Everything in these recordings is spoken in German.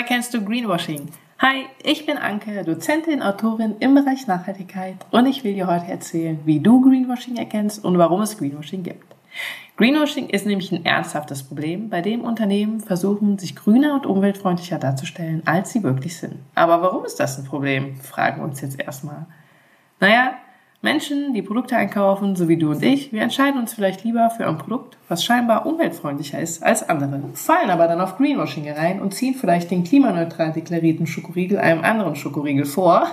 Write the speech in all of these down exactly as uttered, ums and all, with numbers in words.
Woher kennst du Greenwashing? Hi, ich bin Anke, Dozentin, Autorin im Bereich Nachhaltigkeit und ich will dir heute erzählen, wie du Greenwashing erkennst und warum es Greenwashing gibt. Greenwashing ist nämlich ein ernsthaftes Problem, bei dem Unternehmen versuchen, sich grüner und umweltfreundlicher darzustellen, als sie wirklich sind. Aber warum ist das ein Problem? Fragen wir uns jetzt erstmal. Naja, Menschen, die Produkte einkaufen, so wie du und ich, wir entscheiden uns vielleicht lieber für ein Produkt, was scheinbar umweltfreundlicher ist als andere, fallen aber dann auf Greenwashing herein und ziehen vielleicht den klimaneutral deklarierten Schokoriegel einem anderen Schokoriegel vor,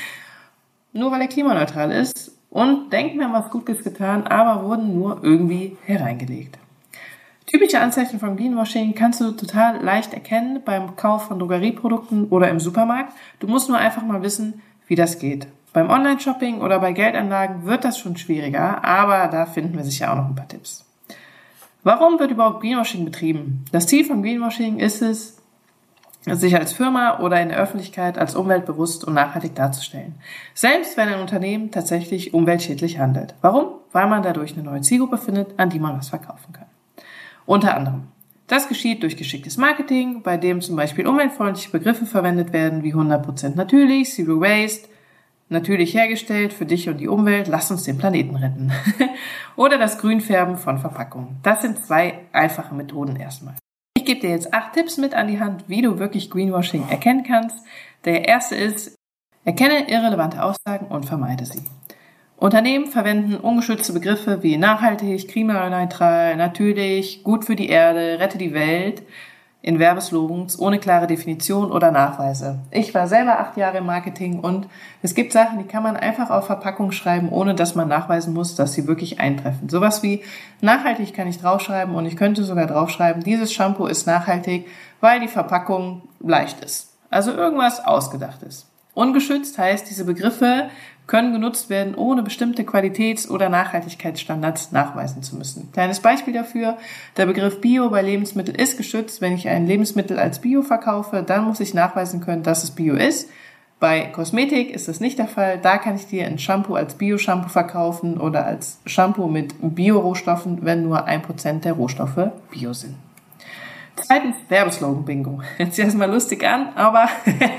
nur weil er klimaneutral ist und denken, wir haben was Gutes getan, aber wurden nur irgendwie hereingelegt. Typische Anzeichen von Greenwashing kannst du total leicht erkennen beim Kauf von Drogerieprodukten oder im Supermarkt. Du musst nur einfach mal wissen, wie das geht. Beim Online-Shopping oder bei Geldanlagen wird das schon schwieriger, aber da finden wir sicher auch noch ein paar Tipps. Warum wird überhaupt Greenwashing betrieben? Das Ziel von Greenwashing ist es, sich als Firma oder in der Öffentlichkeit als umweltbewusst und nachhaltig darzustellen. Selbst wenn ein Unternehmen tatsächlich umweltschädlich handelt. Warum? Weil man dadurch eine neue Zielgruppe findet, an die man was verkaufen kann. Unter anderem. Das geschieht durch geschicktes Marketing, bei dem zum Beispiel umweltfreundliche Begriffe verwendet werden wie hundert Prozent natürlich, Zero Waste, natürlich hergestellt für dich und die Umwelt, lass uns den Planeten retten. Oder das Grünfärben von Verpackungen. Das sind zwei einfache Methoden erstmal. Ich gebe dir jetzt acht Tipps mit an die Hand, wie du wirklich Greenwashing erkennen kannst. Der erste ist, erkenne irrelevante Aussagen und vermeide sie. Unternehmen verwenden ungeschützte Begriffe wie nachhaltig, klimaneutral, natürlich, gut für die Erde, rette die Welt in Werbeslogans ohne klare Definition oder Nachweise. Ich war selber acht Jahre im Marketing und es gibt Sachen, die kann man einfach auf Verpackung schreiben, ohne dass man nachweisen muss, dass sie wirklich eintreffen. Sowas wie nachhaltig kann ich draufschreiben und ich könnte sogar draufschreiben, dieses Shampoo ist nachhaltig, weil die Verpackung leicht ist. Also irgendwas Ausgedachtes. Ungeschützt heißt, diese Begriffe können genutzt werden, ohne bestimmte Qualitäts- oder Nachhaltigkeitsstandards nachweisen zu müssen. Kleines Beispiel dafür, der Begriff Bio bei Lebensmitteln ist geschützt. Wenn ich ein Lebensmittel als Bio verkaufe, dann muss ich nachweisen können, dass es Bio ist. Bei Kosmetik ist das nicht der Fall. Da kann ich dir ein Shampoo als Bio-Shampoo verkaufen oder als Shampoo mit Bio-Rohstoffen, wenn nur ein Prozent der Rohstoffe Bio sind. Zweitens, Werbeslogan-Bingo. Hört sich erstmal lustig an, aber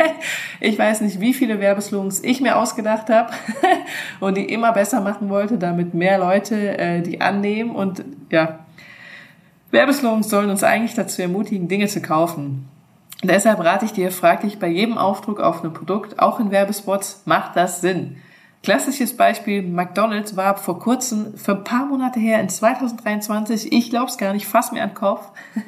ich weiß nicht, wie viele Werbeslogans ich mir ausgedacht habe und die immer besser machen wollte, damit mehr Leute äh, die annehmen. Und ja, Werbeslogans sollen uns eigentlich dazu ermutigen, Dinge zu kaufen. Deshalb rate ich dir, frag dich bei jedem Aufdruck auf ein Produkt, auch in Werbespots, macht das Sinn? Klassisches Beispiel, McDonald's war vor kurzem, für ein paar Monate her, in zweitausenddreiundzwanzig, ich glaub's gar nicht, fass mir an den Kopf,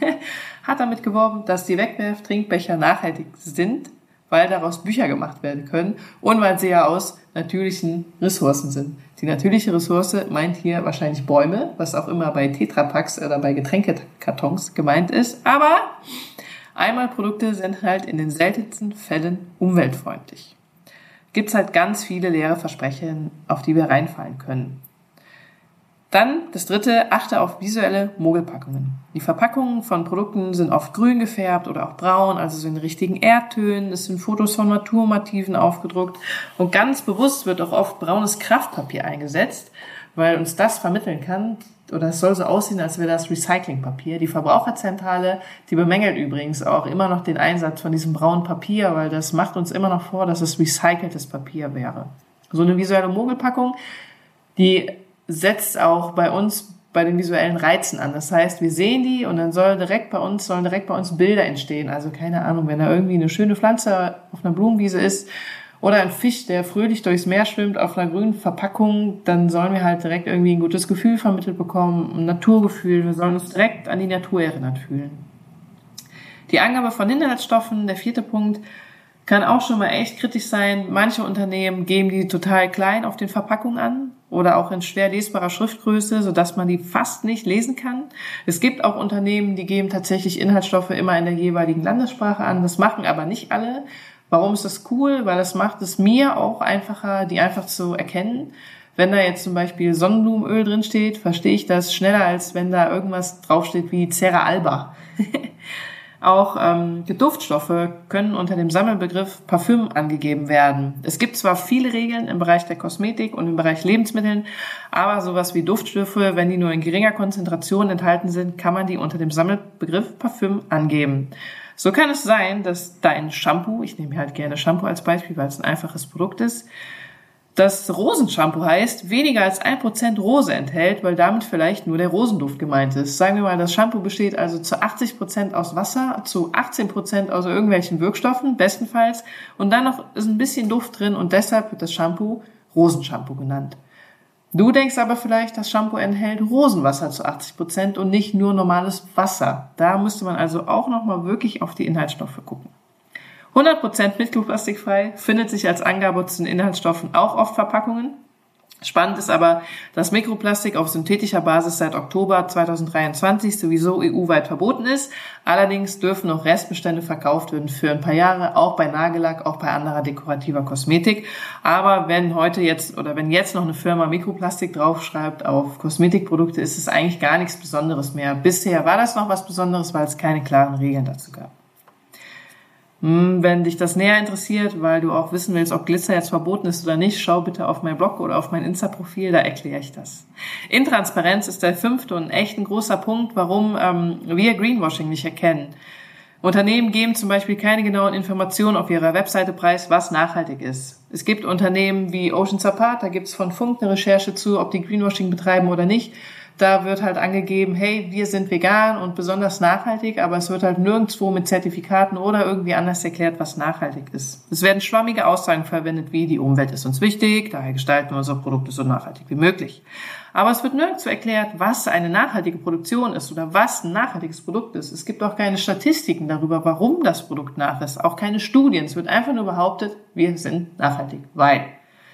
hat damit geworben, dass die Wegwerf-Trinkbecher nachhaltig sind, weil daraus Bücher gemacht werden können und weil sie ja aus natürlichen Ressourcen sind. Die natürliche Ressource meint hier wahrscheinlich Bäume, was auch immer bei Tetrapacks oder bei Getränkekartons gemeint ist, aber Einmalprodukte sind halt in den seltensten Fällen umweltfreundlich. Gibt's halt ganz viele leere Versprechen, auf die wir reinfallen können. Dann das dritte, achte auf visuelle Mogelpackungen. Die Verpackungen von Produkten sind oft grün gefärbt oder auch braun, also so in richtigen Erdtönen. Es sind Fotos von Naturmotiven aufgedruckt und ganz bewusst wird auch oft braunes Kraftpapier eingesetzt, weil uns das vermitteln kann, oder es soll so aussehen, als wäre das Recyclingpapier. Die Verbraucherzentrale, die bemängelt übrigens auch immer noch den Einsatz von diesem braunen Papier, weil das macht uns immer noch vor, dass es recyceltes Papier wäre. So eine visuelle Mogelpackung, die setzt auch bei uns bei den visuellen Reizen an. Das heißt, wir sehen die und dann soll direkt bei uns, sollen direkt bei uns Bilder entstehen. Also keine Ahnung, wenn da irgendwie eine schöne Pflanze auf einer Blumenwiese ist, oder ein Fisch, der fröhlich durchs Meer schwimmt auf einer grünen Verpackung, dann sollen wir halt direkt irgendwie ein gutes Gefühl vermittelt bekommen, ein Naturgefühl. Wir sollen uns direkt an die Natur erinnert fühlen. Die Angabe von Inhaltsstoffen, der vierte Punkt, kann auch schon mal echt kritisch sein. Manche Unternehmen geben die total klein auf den Verpackungen an oder auch in schwer lesbarer Schriftgröße, sodass man die fast nicht lesen kann. Es gibt auch Unternehmen, die geben tatsächlich Inhaltsstoffe immer in der jeweiligen Landessprache an. Das machen aber nicht alle. Warum ist das cool? Weil das macht es mir auch einfacher, die einfach zu erkennen. Wenn da jetzt zum Beispiel Sonnenblumenöl drin steht, verstehe ich das schneller, als wenn da irgendwas draufsteht wie Cera Alba. Auch ähm, Duftstoffe können unter dem Sammelbegriff Parfüm angegeben werden. Es gibt zwar viele Regeln im Bereich der Kosmetik und im Bereich Lebensmitteln, aber sowas wie Duftstoffe, wenn die nur in geringer Konzentration enthalten sind, kann man die unter dem Sammelbegriff Parfüm angeben. So kann es sein, dass dein Shampoo, ich nehme hier halt gerne Shampoo als Beispiel, weil es ein einfaches Produkt ist, das Rosenshampoo heißt, weniger als ein Prozent Rose enthält, weil damit vielleicht nur der Rosenduft gemeint ist. Sagen wir mal, das Shampoo besteht also zu achtzig Prozent aus Wasser, zu achtzehn Prozent aus irgendwelchen Wirkstoffen, bestenfalls, und dann noch ist ein bisschen Duft drin und deshalb wird das Shampoo Rosenshampoo genannt. Du denkst aber vielleicht, das Shampoo enthält Rosenwasser zu achtzig Prozent und nicht nur normales Wasser. Da müsste man also auch nochmal wirklich auf die Inhaltsstoffe gucken. hundert Prozent mikroplastikfrei findet sich als Angabe zu den Inhaltsstoffen auch auf Verpackungen. Spannend ist aber, dass Mikroplastik auf synthetischer Basis seit Oktober zweitausenddreiundzwanzig sowieso E U-weit verboten ist. Allerdings dürfen noch Restbestände verkauft werden für ein paar Jahre, auch bei Nagellack, auch bei anderer dekorativer Kosmetik. Aber wenn heute jetzt oder wenn jetzt noch eine Firma Mikroplastik draufschreibt auf Kosmetikprodukte, ist es eigentlich gar nichts Besonderes mehr. Bisher war das noch was Besonderes, weil es keine klaren Regeln dazu gab. Wenn dich das näher interessiert, weil du auch wissen willst, ob Glitzer jetzt verboten ist oder nicht, schau bitte auf mein Blog oder auf mein Insta-Profil, da erkläre ich das. Intransparenz ist der fünfte und echt ein großer Punkt, warum ähm, wir Greenwashing nicht erkennen. Unternehmen geben zum Beispiel keine genauen Informationen auf ihrer Webseite preis, was nachhaltig ist. Es gibt Unternehmen wie Oceans Apart, da gibt es von Funk eine Recherche zu, ob die Greenwashing betreiben oder nicht. Da wird halt angegeben, hey, wir sind vegan und besonders nachhaltig, aber es wird halt nirgendwo mit Zertifikaten oder irgendwie anders erklärt, was nachhaltig ist. Es werden schwammige Aussagen verwendet, wie die Umwelt ist uns wichtig, daher gestalten wir unser Produkt so nachhaltig wie möglich. Aber es wird nirgendwo erklärt, was eine nachhaltige Produktion ist oder was ein nachhaltiges Produkt ist. Es gibt auch keine Statistiken darüber, warum das Produkt nach ist, auch keine Studien. Es wird einfach nur behauptet, wir sind nachhaltig, weil...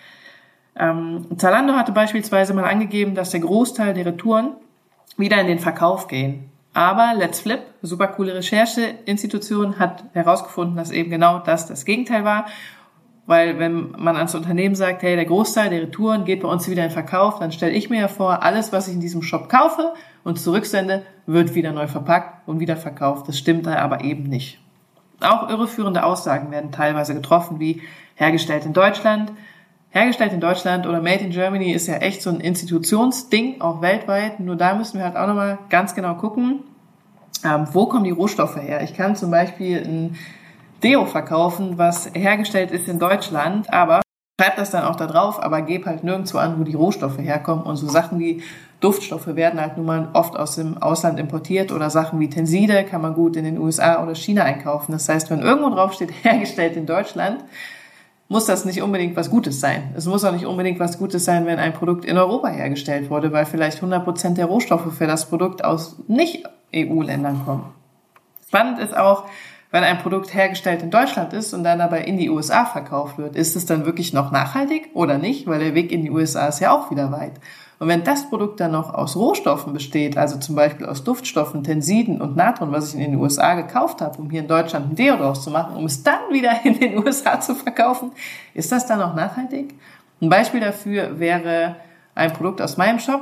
Ähm, Zalando hatte beispielsweise mal angegeben, dass der Großteil der Retouren wieder in den Verkauf gehen. Aber Let's Flip, super coole Rechercheinstitution, hat herausgefunden, dass eben genau das das Gegenteil war. Weil wenn man ans Unternehmen sagt, hey, der Großteil der Retouren geht bei uns wieder in den Verkauf, dann stelle ich mir ja vor, alles, was ich in diesem Shop kaufe und zurücksende, wird wieder neu verpackt und wieder verkauft. Das stimmt da aber eben nicht. Auch irreführende Aussagen werden teilweise getroffen, wie hergestellt in Deutschland. Hergestellt in Deutschland oder Made in Germany ist ja echt so ein Institutionsding, auch weltweit. Nur da müssen wir halt auch nochmal ganz genau gucken, ähm, wo kommen die Rohstoffe her. Ich kann zum Beispiel ein Deo verkaufen, was hergestellt ist in Deutschland, aber schreib das dann auch da drauf, aber gebe halt nirgendwo an, wo die Rohstoffe herkommen. Und so Sachen wie Duftstoffe werden halt nun mal oft aus dem Ausland importiert oder Sachen wie Tenside kann man gut in den U S A oder China einkaufen. Das heißt, wenn irgendwo drauf steht, hergestellt in Deutschland, muss das nicht unbedingt was Gutes sein. Es muss auch nicht unbedingt was Gutes sein, wenn ein Produkt in Europa hergestellt wurde, weil vielleicht hundert Prozent der Rohstoffe für das Produkt aus Nicht-E U-Ländern kommen. Spannend ist auch, wenn ein Produkt hergestellt in Deutschland ist und dann aber in die U S A verkauft wird, ist es dann wirklich noch nachhaltig oder nicht? Weil der Weg in die U S A ist ja auch wieder weit. Und wenn das Produkt dann noch aus Rohstoffen besteht, also zum Beispiel aus Duftstoffen, Tensiden und Natron, was ich in den U S A gekauft habe, um hier in Deutschland ein Deo draus zu machen, um es dann wieder in den U S A zu verkaufen, ist das dann noch nachhaltig? Ein Beispiel dafür wäre ein Produkt aus meinem Shop.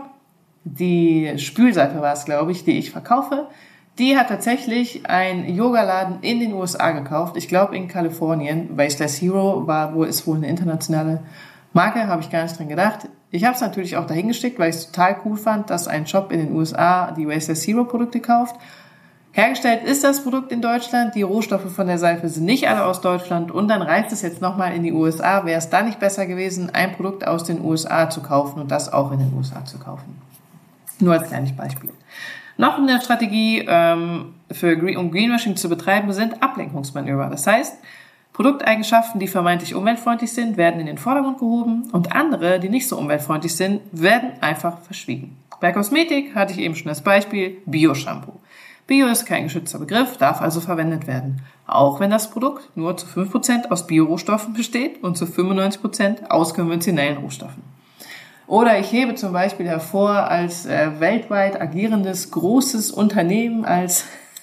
Die Spülseife war es, glaube ich, die ich verkaufe. Die hat tatsächlich ein Yogaladen in den U S A gekauft. Ich glaube in Kalifornien. Wasteless Hero war, wo ist wohl eine internationale Marke, habe ich gar nicht dran gedacht. Ich habe es natürlich auch dahin geschickt, weil ich es total cool fand, dass ein Shop in den U S A die Wasteless Hero Produkte kauft. Hergestellt ist das Produkt in Deutschland, die Rohstoffe von der Seife sind nicht alle aus Deutschland und dann reist es jetzt nochmal in die U S A. Wäre es da nicht besser gewesen, ein Produkt aus den U S A zu kaufen und das auch in den U S A zu kaufen? Nur als kleines Beispiel. Noch eine Strategie, ähm, für Green, um Greenwashing zu betreiben, sind Ablenkungsmanöver. Das heißt, Produkteigenschaften, die vermeintlich umweltfreundlich sind, werden in den Vordergrund gehoben und andere, die nicht so umweltfreundlich sind, werden einfach verschwiegen. Bei Kosmetik hatte ich eben schon das Beispiel Bio-Shampoo. Bio ist kein geschützter Begriff, darf also verwendet werden. Auch wenn das Produkt nur zu fünf Prozent aus Bio-Rohstoffen besteht und zu fünfundneunzig Prozent aus konventionellen Rohstoffen. Oder ich hebe zum Beispiel hervor als äh, weltweit agierendes großes Unternehmen, als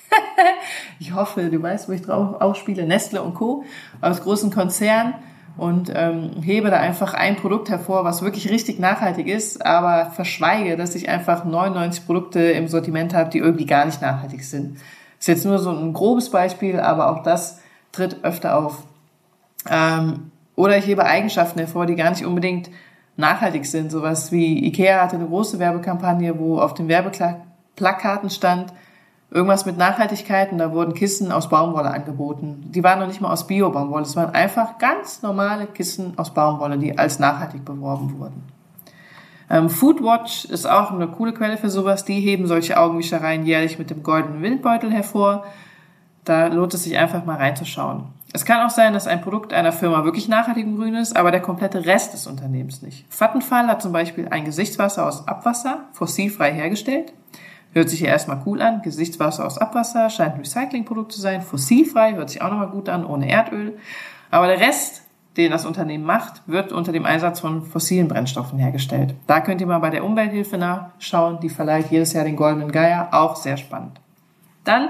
ich hoffe, du weißt, wo ich drauf aufspiele, Nestle und Co. aus großen Konzernen und ähm, hebe da einfach ein Produkt hervor, was wirklich richtig nachhaltig ist, aber verschweige, dass ich einfach neunundneunzig Produkte im Sortiment habe, die irgendwie gar nicht nachhaltig sind. Ist jetzt nur so ein grobes Beispiel, aber auch das tritt öfter auf. Ähm, oder ich hebe Eigenschaften hervor, die gar nicht unbedingt nachhaltig sind. Sowas wie Ikea hatte eine große Werbekampagne, wo auf den Werbeplakaten stand, irgendwas mit Nachhaltigkeit und da wurden Kissen aus Baumwolle angeboten. Die waren noch nicht mal aus Bio-Baumwolle, es waren einfach ganz normale Kissen aus Baumwolle, die als nachhaltig beworben wurden. Ähm, Foodwatch ist auch eine coole Quelle für sowas. Die heben solche Augenwischereien jährlich mit dem goldenen Windbeutel hervor. Da lohnt es sich einfach mal reinzuschauen. Es kann auch sein, dass ein Produkt einer Firma wirklich nachhaltig und grün ist, aber der komplette Rest des Unternehmens nicht. Vattenfall hat zum Beispiel ein Gesichtswasser aus Abwasser, fossilfrei hergestellt. Hört sich ja erstmal cool an. Gesichtswasser aus Abwasser scheint ein Recyclingprodukt zu sein. Fossilfrei hört sich auch nochmal gut an, ohne Erdöl. Aber der Rest, den das Unternehmen macht, wird unter dem Einsatz von fossilen Brennstoffen hergestellt. Da könnt ihr mal bei der Umwelthilfe nachschauen. Die verleiht jedes Jahr den Goldenen Geier. Auch sehr spannend. Dann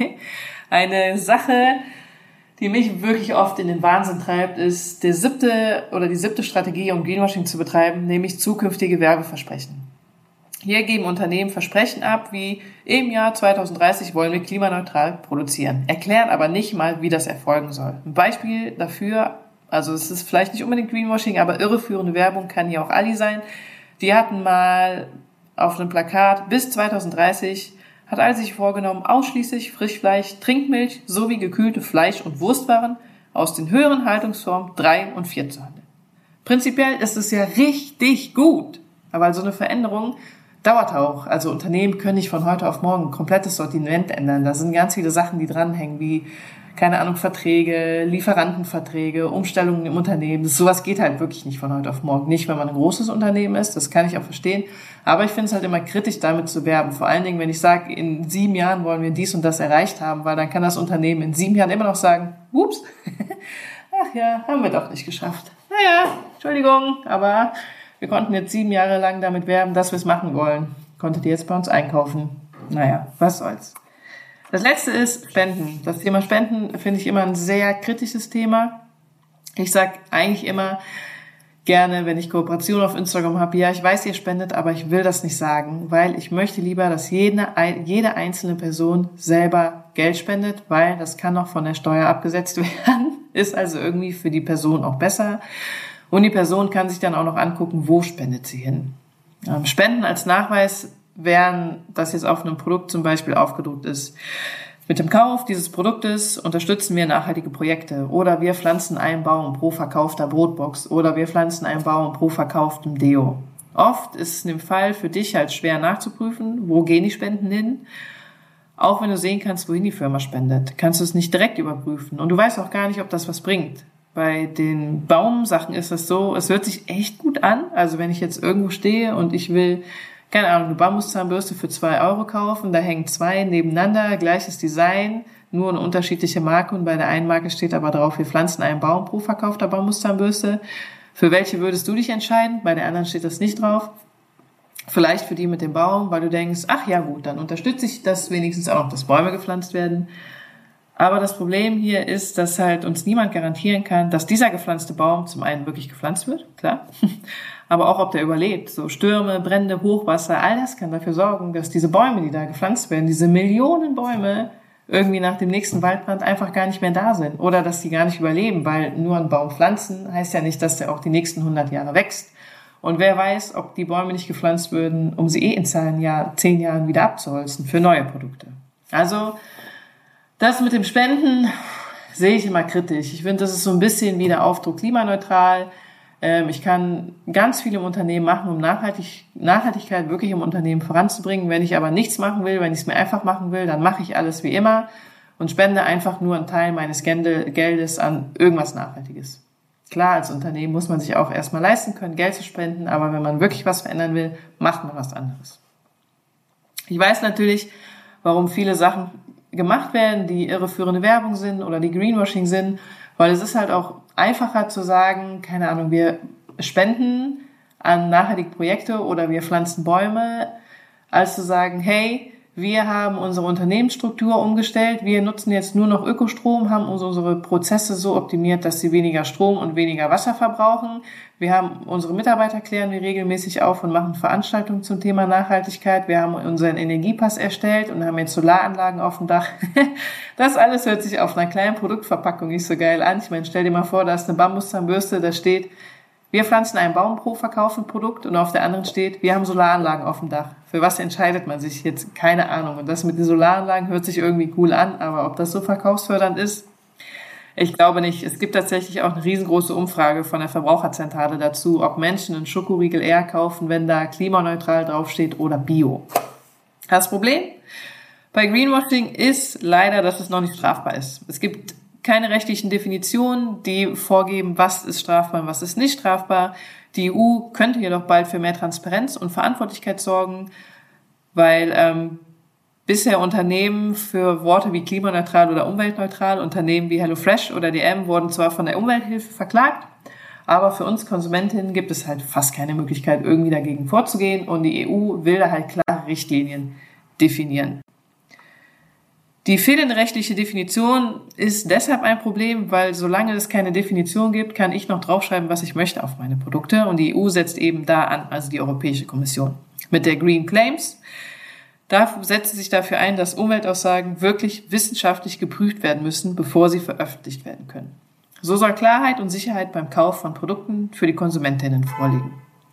eine Sache, die mich wirklich oft in den Wahnsinn treibt, ist der siebte oder die siebte Strategie, um Greenwashing zu betreiben, nämlich zukünftige Werbeversprechen. Hier geben Unternehmen Versprechen ab, wie im Jahr zwanzig dreißig wollen wir klimaneutral produzieren, erklären aber nicht mal, wie das erfolgen soll. Ein Beispiel dafür, also es ist vielleicht nicht unbedingt Greenwashing, aber irreführende Werbung kann hier auch Aldi sein. Die hatten mal auf einem Plakat, bis zwanzig dreißig hat Aldi sich vorgenommen, ausschließlich Frischfleisch, Trinkmilch sowie gekühlte Fleisch- und Wurstwaren aus den höheren Haltungsformen drei und vier zu handeln. Prinzipiell ist es ja richtig gut, aber so eine Veränderung dauert auch. Also Unternehmen können nicht von heute auf morgen ein komplettes Sortiment ändern. Da sind ganz viele Sachen, die dranhängen, wie, keine Ahnung, Verträge, Lieferantenverträge, Umstellungen im Unternehmen. Das, sowas geht halt wirklich nicht von heute auf morgen. Nicht, wenn man ein großes Unternehmen ist, das kann ich auch verstehen. Aber ich finde es halt immer kritisch, damit zu werben. Vor allen Dingen, wenn ich sage, in sieben Jahren wollen wir dies und das erreicht haben, weil dann kann das Unternehmen in sieben Jahren immer noch sagen, ups, ach ja, haben wir doch nicht geschafft. Naja, Entschuldigung, aber wir konnten jetzt sieben Jahre lang damit werben, dass wir es machen wollen. Konntet ihr jetzt bei uns einkaufen? Naja, was soll's. Das letzte ist Spenden. Das Thema Spenden finde ich immer ein sehr kritisches Thema. Ich sage eigentlich immer gerne, wenn ich Kooperation auf Instagram habe, ja, ich weiß, ihr spendet, aber ich will das nicht sagen, weil ich möchte lieber, dass jede, jede einzelne Person selber Geld spendet, weil das kann noch von der Steuer abgesetzt werden. Ist also irgendwie für die Person auch besser. Und die Person kann sich dann auch noch angucken, wo spendet sie hin. Ähm, Spenden als Nachweis wären, dass jetzt auf einem Produkt zum Beispiel aufgedruckt ist, mit dem Kauf dieses Produktes unterstützen wir nachhaltige Projekte oder wir pflanzen einen Baum pro verkaufter Brotbox oder wir pflanzen einen Baum pro verkauftem Deo. Oft ist es in dem Fall für dich halt schwer nachzuprüfen, wo gehen die Spenden hin. Auch wenn du sehen kannst, wohin die Firma spendet, kannst du es nicht direkt überprüfen und du weißt auch gar nicht, ob das was bringt. Bei den Baumsachen ist es so, es hört sich echt gut an. Also wenn ich jetzt irgendwo stehe und ich will, keine Ahnung, eine Bambuszahnbürste für zwei Euro kaufen, da hängen zwei nebeneinander, gleiches Design, nur eine unterschiedliche Marke und bei der einen Marke steht aber drauf, wir pflanzen einen Baum pro verkaufter Bambuszahnbürste. Für welche würdest du dich entscheiden? Bei der anderen steht das nicht drauf. Vielleicht für die mit dem Baum, weil du denkst, ach ja gut, dann unterstütze ich das wenigstens auch noch, dass Bäume gepflanzt werden. Aber das Problem hier ist, dass halt uns niemand garantieren kann, dass dieser gepflanzte Baum zum einen wirklich gepflanzt wird, klar, aber auch, ob der überlebt. So Stürme, Brände, Hochwasser, all das kann dafür sorgen, dass diese Bäume, die da gepflanzt werden, diese Millionen Bäume irgendwie nach dem nächsten Waldbrand einfach gar nicht mehr da sind oder dass die gar nicht überleben, weil nur ein Baum pflanzen heißt ja nicht, dass der auch die nächsten hundert Jahre wächst. Und wer weiß, ob die Bäume nicht gepflanzt würden, um sie eh in zehn Jahren, zehn Jahren wieder abzuholzen für neue Produkte. Also das mit dem Spenden sehe ich immer kritisch. Ich finde, das ist so ein bisschen wie der Aufdruck klimaneutral. Ich kann ganz viel im Unternehmen machen, um Nachhaltig, Nachhaltigkeit wirklich im Unternehmen voranzubringen. Wenn ich aber nichts machen will, wenn ich es mir einfach machen will, dann mache ich alles wie immer und spende einfach nur einen Teil meines Geldes an irgendwas Nachhaltiges. Klar, als Unternehmen muss man sich auch erstmal leisten können, Geld zu spenden, aber wenn man wirklich was verändern will, macht man was anderes. Ich weiß natürlich, warum viele Sachen gemacht werden, die irreführende Werbung sind oder die Greenwashing sind, weil es ist halt auch einfacher zu sagen, keine Ahnung, wir spenden an nachhaltige Projekte oder wir pflanzen Bäume, als zu sagen, hey, wir haben unsere Unternehmensstruktur umgestellt, wir nutzen jetzt nur noch Ökostrom, haben unsere Prozesse so optimiert, dass sie weniger Strom und weniger Wasser verbrauchen. Wir haben unsere Mitarbeiter klären wir regelmäßig auf und machen Veranstaltungen zum Thema Nachhaltigkeit. Wir haben unseren Energiepass erstellt und haben jetzt Solaranlagen auf dem Dach. Das alles hört sich auf einer kleinen Produktverpackung nicht so geil an. Ich meine, stell dir mal vor, da ist eine Bambuszahnbürste, da steht Wir pflanzen einen Baum pro verkauften Produkt und auf der anderen steht, wir haben Solaranlagen auf dem Dach. Für was entscheidet man sich jetzt? Keine Ahnung. Und das mit den Solaranlagen hört sich irgendwie cool an, aber ob das so verkaufsfördernd ist, ich glaube nicht. Es gibt tatsächlich auch eine riesengroße Umfrage von der Verbraucherzentrale dazu, ob Menschen einen Schokoriegel eher kaufen, wenn da klimaneutral draufsteht oder Bio. Das Problem bei Greenwashing ist leider, dass es noch nicht strafbar ist. Es gibt keine rechtlichen Definitionen, die vorgeben, was ist strafbar und was ist nicht strafbar. Die E U könnte jedoch bald für mehr Transparenz und Verantwortlichkeit sorgen, weil ähm, bisher Unternehmen für Worte wie klimaneutral oder umweltneutral, Unternehmen wie HelloFresh oder D M wurden zwar von der Umwelthilfe verklagt, aber für uns Konsumentinnen gibt es halt fast keine Möglichkeit, irgendwie dagegen vorzugehen und die E U will da halt klare Richtlinien definieren. Die fehlende rechtliche Definition ist deshalb ein Problem, weil solange es keine Definition gibt, kann ich noch draufschreiben, was ich möchte auf meine Produkte und die E U setzt eben da an, also die Europäische Kommission. Mit der Green Claims, da setzt sie sich dafür ein, dass Umweltaussagen wirklich wissenschaftlich geprüft werden müssen, bevor sie veröffentlicht werden können. So soll Klarheit und Sicherheit beim Kauf von Produkten für die Konsumentinnen vorliegen.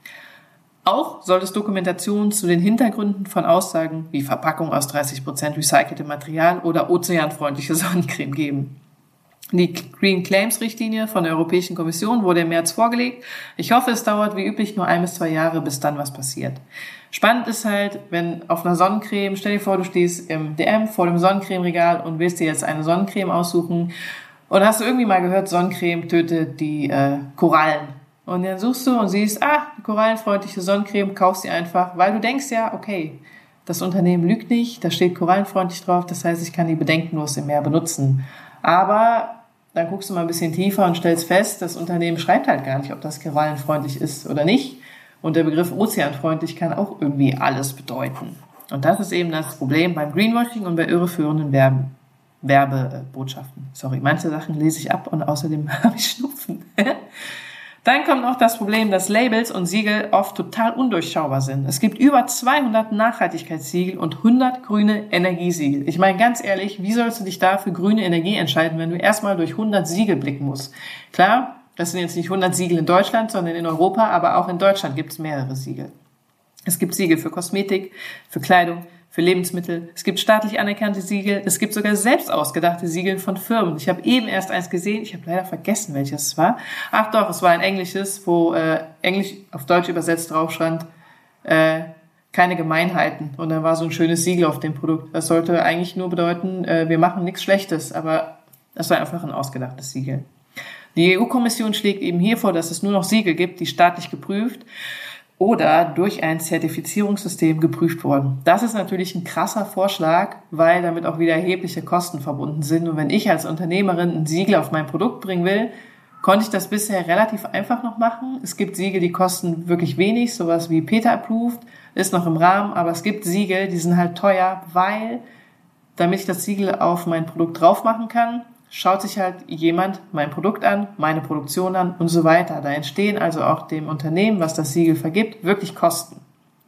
Auch soll es Dokumentationen zu den Hintergründen von Aussagen wie Verpackung aus dreißig Prozent recyceltem Material oder ozeanfreundliche Sonnencreme geben. Die Green Claims Richtlinie von der Europäischen Kommission wurde im März vorgelegt. Ich hoffe, es dauert wie üblich nur ein bis zwei Jahre, bis dann was passiert. Spannend ist halt, wenn auf einer Sonnencreme, stell dir vor, du stehst im D M vor dem Sonnencremeregal und willst dir jetzt eine Sonnencreme aussuchen und hast du irgendwie mal gehört, Sonnencreme tötet die äh, Korallen. Und dann suchst du und siehst, ah, korallenfreundliche Sonnencreme, kaufst sie einfach, weil du denkst ja, okay, das Unternehmen lügt nicht, da steht korallenfreundlich drauf, das heißt, ich kann die bedenkenlos im Meer benutzen. Aber dann guckst du mal ein bisschen tiefer und stellst fest, das Unternehmen schreibt halt gar nicht, ob das korallenfreundlich ist oder nicht. Und der Begriff ozeanfreundlich kann auch irgendwie alles bedeuten. Und das ist eben das Problem beim Greenwashing und bei irreführenden Werben, Werbebotschaften. Sorry, manche Sachen lese ich ab und außerdem habe ich Schnupfen. Dann kommt noch das Problem, dass Labels und Siegel oft total undurchschaubar sind. Es gibt über zweihundert Nachhaltigkeitssiegel und hundert grüne Energiesiegel. Ich meine, ganz ehrlich, wie sollst du dich da für grüne Energie entscheiden, wenn du erstmal durch hundert Siegel blicken musst? Klar, das sind jetzt nicht hundert Siegel in Deutschland, sondern in Europa, aber auch in Deutschland gibt es mehrere Siegel. Es gibt Siegel für Kosmetik, für Kleidung, für Lebensmittel. Es gibt staatlich anerkannte Siegel. Es gibt sogar selbst ausgedachte Siegel von Firmen. Ich habe eben erst eins gesehen. Ich habe leider vergessen, welches es war. Ach doch, es war ein englisches, wo äh, Englisch auf Deutsch übersetzt drauf stand, äh, keine Gemeinheiten. Und dann war so ein schönes Siegel auf dem Produkt. Das sollte eigentlich nur bedeuten, äh, wir machen nichts Schlechtes. Aber das war einfach ein ausgedachtes Siegel. Die E U-Kommission schlägt eben hier vor, dass es nur noch Siegel gibt, die staatlich geprüft oder durch ein Zertifizierungssystem geprüft wurden. Das ist natürlich ein krasser Vorschlag, weil damit auch wieder erhebliche Kosten verbunden sind. Und wenn ich als Unternehmerin ein Siegel auf mein Produkt bringen will, konnte ich das bisher relativ einfach noch machen. Es gibt Siegel, die kosten wirklich wenig, sowas wie PETA Approved, ist noch im Rahmen, aber es gibt Siegel, die sind halt teuer, weil, damit ich das Siegel auf mein Produkt drauf machen kann, schaut sich halt jemand mein Produkt an, meine Produktion an und so weiter. Da entstehen also auch dem Unternehmen, was das Siegel vergibt, wirklich Kosten.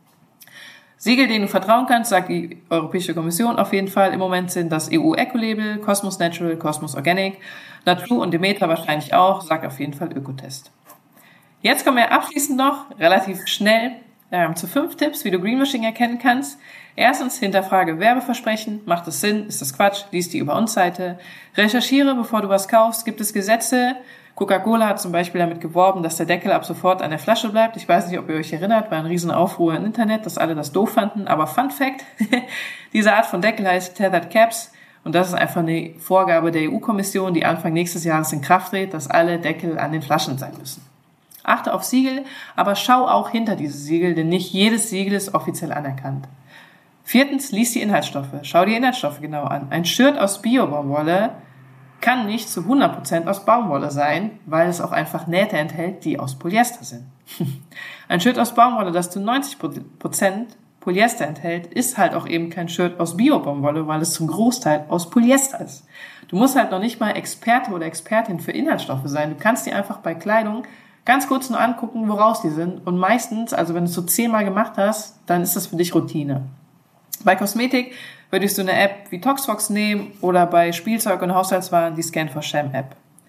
Siegel, denen du vertrauen kannst, sagt die Europäische Kommission auf jeden Fall im Moment, sind das E U-Eco-Label, Cosmos Natural, Cosmos Organic, Natur und Demeter wahrscheinlich auch, sagt auf jeden Fall Ökotest. Jetzt kommen wir abschließend noch relativ schnell ähm, zu fünf Tipps, wie du Greenwashing erkennen kannst. Erstens, hinterfrage Werbeversprechen. Macht es Sinn? Ist das Quatsch? Lies die Über-uns-Seite. Recherchiere, bevor du was kaufst. Gibt es Gesetze? Coca-Cola hat zum Beispiel damit geworben, dass der Deckel ab sofort an der Flasche bleibt. Ich weiß nicht, ob ihr euch erinnert, war ein Riesenaufruhr im Internet, dass alle das doof fanden. Aber Fun Fact, diese Art von Deckel heißt Tethered Caps. Und das ist einfach eine Vorgabe der E U-Kommission, die Anfang nächstes Jahres in Kraft tritt, dass alle Deckel an den Flaschen sein müssen. Achte auf Siegel, aber schau auch hinter diese Siegel, denn nicht jedes Siegel ist offiziell anerkannt. Viertens, lies die Inhaltsstoffe. Schau die Inhaltsstoffe genau an. Ein Shirt aus Bio-Baumwolle kann nicht zu hundert Prozent aus Baumwolle sein, weil es auch einfach Nähte enthält, die aus Polyester sind. Ein Shirt aus Baumwolle, das zu neunzig Prozent Polyester enthält, ist halt auch eben kein Shirt aus Bio-Baumwolle, weil es zum Großteil aus Polyester ist. Du musst halt noch nicht mal Experte oder Expertin für Inhaltsstoffe sein. Du kannst dir einfach bei Kleidung ganz kurz nur angucken, woraus die sind. Und meistens, also wenn du es so zehnmal gemacht hast, dann ist das für dich Routine. Bei Kosmetik würdest du eine App wie Toxfox nehmen oder bei Spielzeug und Haushaltswaren die Scan for Sham App.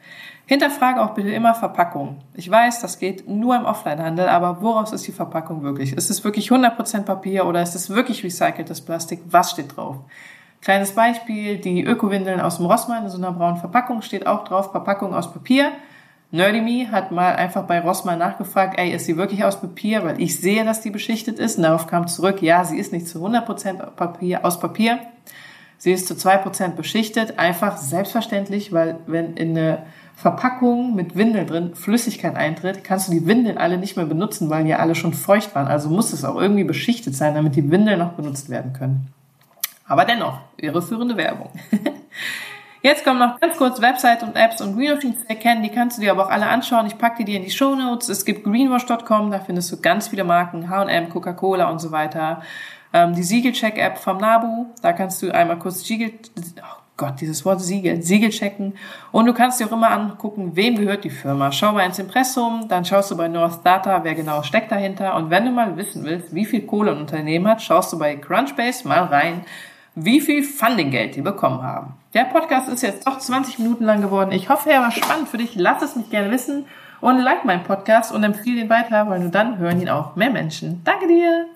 Hinterfrage auch bitte immer Verpackung. Ich weiß, das geht nur im Offline-Handel, aber woraus ist die Verpackung wirklich? Ist es wirklich hundert Prozent Papier oder ist es wirklich recyceltes Plastik? Was steht drauf? Kleines Beispiel, die Öko-Windeln aus dem Rossmann in so einer braunen Verpackung steht auch drauf, Verpackung aus Papier. Nerdyme hat mal einfach bei Rossmann nachgefragt, ey, ist sie wirklich aus Papier? Weil ich sehe, dass die beschichtet ist. Und darauf kam zurück, ja, sie ist nicht zu hundert Prozent Papier, aus Papier. Sie ist zu zwei Prozent beschichtet. Einfach selbstverständlich, weil wenn in eine Verpackung mit Windeln drin Flüssigkeit eintritt, kannst du die Windeln alle nicht mehr benutzen, weil die ja alle schon feucht waren. Also muss es auch irgendwie beschichtet sein, damit die Windeln noch benutzt werden können. Aber dennoch, irreführende Werbung. Jetzt kommen noch ganz kurz Website und Apps und Greenwashing zu erkennen. Die kannst du dir aber auch alle anschauen. Ich packe die dir in die Shownotes. Es gibt greenwash Punkt com, da findest du ganz viele Marken, H und M, Coca-Cola und so weiter. Ähm, die Siegelcheck-App vom NABU, da kannst du einmal kurz Siegel, oh Gott, dieses Wort Siegel, Siegel checken. Und du kannst dir auch immer angucken, wem gehört die Firma. Schau mal ins Impressum, dann schaust du bei North Data, wer genau steckt dahinter. Und wenn du mal wissen willst, wie viel Kohle ein Unternehmen hat, schaust du bei Crunchbase mal rein, wie viel Funding-Geld die bekommen haben. Der Podcast ist jetzt doch zwanzig Minuten lang geworden. Ich hoffe, er war spannend für dich. Lass es mich gerne wissen und like meinen Podcast und empfehle ihn weiter, weil nur dann hören ihn auch mehr Menschen. Danke dir!